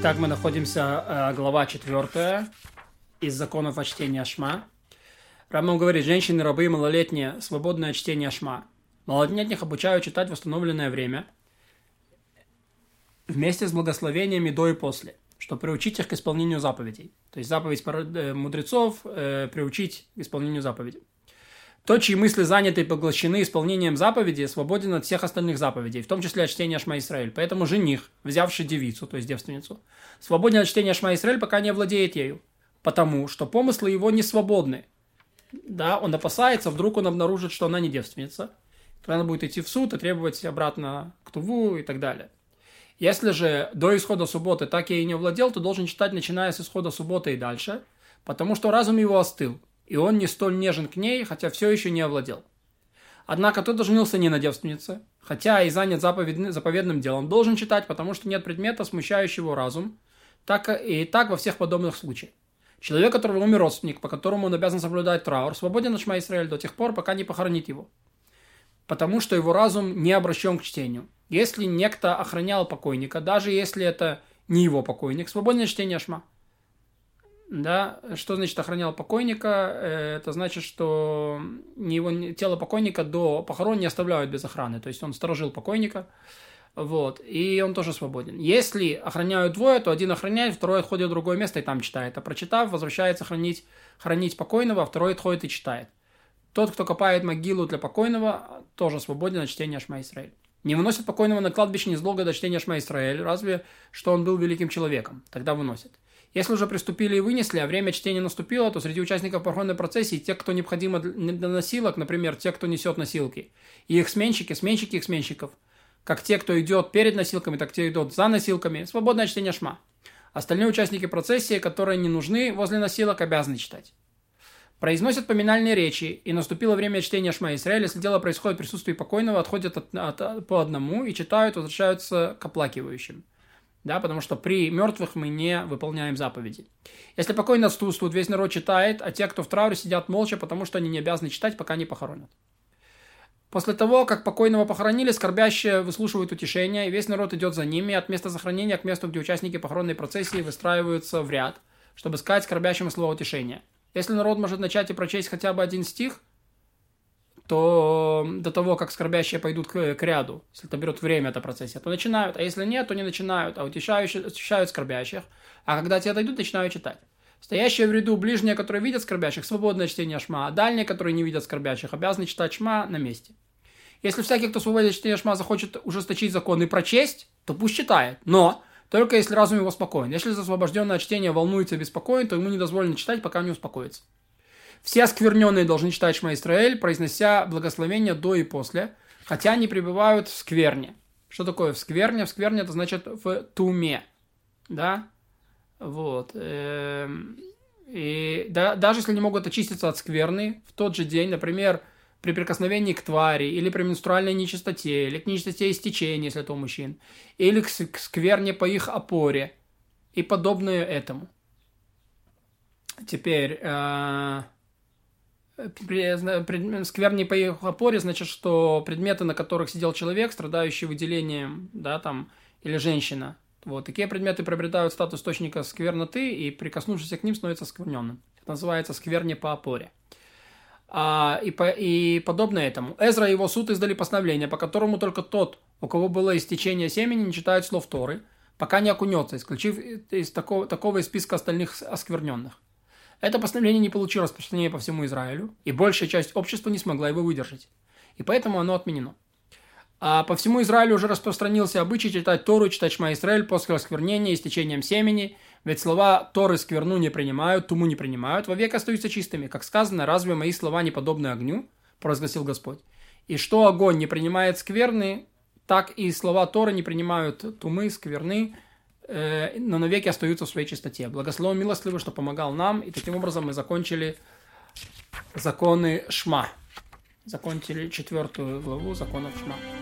Итак, мы находимся, глава 4 из законов о чтении Шма. Рамбам говорит, женщины, рабы, малолетние, свободное чтение Шма. Малолетних обучают читать в установленное время вместе с благословениями до и после, чтобы приучить их к исполнению заповедей. То есть заповедь мудрецов приучить к исполнению заповедей. Тот, чьи мысли заняты и поглощены исполнением заповедей, свободен от всех остальных заповедей, в том числе от чтения Шма Исраэль. Поэтому жених, взявший девицу, то есть девственницу, свободен от чтения Шма Исраэль, пока не овладеет ею. Потому что помыслы его не свободны. Да, он опасается, вдруг он обнаружит, что она не девственница. Тогда она будет идти в суд и требовать обратно к Туву и так далее. Если же до исхода субботы так я и не овладел, то должен читать, начиная с исхода субботы и дальше, потому что разум его остыл. И он не столь нежен к ней, хотя все еще не овладел. Однако тот женился не на девственнице, хотя и занят заповедным делом, должен читать, потому что нет предмета, смущающего разум, так во всех подобных случаях. Человек, которого умер родственник, по которому он обязан соблюдать траур, свободен от Шма Исраэль до тех пор, пока не похоронит его, потому что его разум не обращен к чтению. Если некто охранял покойника, даже если это не его покойник, свободен от чтения Шма. Да, что значит охранял покойника? Это значит, что тело покойника до похорон не оставляют без охраны. То есть он сторожил покойника, вот, и он тоже свободен. Если охраняют двое, то один охраняет, второй отходит в другое место и там читает. А прочитав, возвращается хранить покойного, а второй отходит и читает. Тот, кто копает могилу для покойного, тоже свободен от чтения Шма Исраэль. Не выносят покойного на кладбище незадолго до чтения Шма Исраэль, разве что он был великим человеком. Тогда выносят. Если уже приступили и вынесли, а время чтения наступило, то среди участников похоронной процессии те, кто необходимо для носилок, например, те, кто несет носилки, и их сменщики их сменщиков, как те, кто идет перед носилками, так те идут за носилками, свободное чтение Шма. Остальные участники процессии, которые не нужны возле носилок, обязаны читать. Произносят поминальные речи, и наступило время чтения Шма Исраэль. Если дело происходит в присутствии покойного, отходят по одному и читают, возвращаются к оплакивающим. Да, потому что при мертвых мы не выполняем заповеди. Если покойный отсутствует, весь народ читает, а те, кто в трауре, сидят молча, потому что они не обязаны читать, пока не похоронят. После того, как покойного похоронили, скорбящие выслушивают утешение, и весь народ идет за ними, от места захоронения к месту, где участники похоронной процессии выстраиваются в ряд, чтобы сказать скорбящему слово утешения. Если народ может начать и прочесть хотя бы один стих, то до того, как скорбящие пойдут к ряду, если это берет время, эта процессия, то начинают, а если нет, то не начинают, а утешают скорбящих, а когда те отойдут, начинают читать. Стоящие в ряду ближние, которые видят скорбящих, свободное чтение Шма, а дальние, которые не видят скорбящих, обязаны читать Шма на месте. Если всякий, кто свободен от чтения Шма, захочет ужесточить закон и прочесть, то пусть читает, но только если разум его спокоен. Если за освобожденное чтение волнуется и беспокоен, то ему не дозволено читать, пока не успокоится. Все оскверненные должны читать Шма Исраэль, произнося благословения до и после, хотя они пребывают в скверне. Что такое в скверне? В скверне это значит в туме. Да? Вот. И даже если не могут очиститься от скверны в тот же день, например, при прикосновении к твари, или при менструальной нечистоте, или к нечистоте истечения, если это у мужчин, или к скверне по их опоре, и подобное этому. Теперь... скверни по их опоре, значит, что предметы, на которых сидел человек, страдающий выделением, да, там, или женщина, вот, такие предметы приобретают статус источника скверноты, и прикоснувшись к ним, становится скверненным. Это называется скверни по опоре. И подобное этому. Эзра и его суд издали постановление, по которому только тот, у кого было истечение семени, не читает слов Торы, пока не окунется, исключив из такого из списка остальных оскверненных. Это постановление не получило распространения по всему Израилю, и большая часть общества не смогла его выдержать. И поэтому оно отменено. А по всему Израилю уже распространился обычай читать Тору, читать Шма Исраэль после осквернения истечением семени, ведь слова Торы скверну не принимают, туму не принимают, вовек остаются чистыми. Как сказано, разве мои слова не подобны огню? Провозгласил Господь. И что огонь не принимает скверны, так и слова Торы не принимают тумы, скверны, но навеки остаются в своей чистоте. Благословен милостливый, что помогал нам, и таким образом мы закончили законы Шма. Закончили 4 главу законов Шма.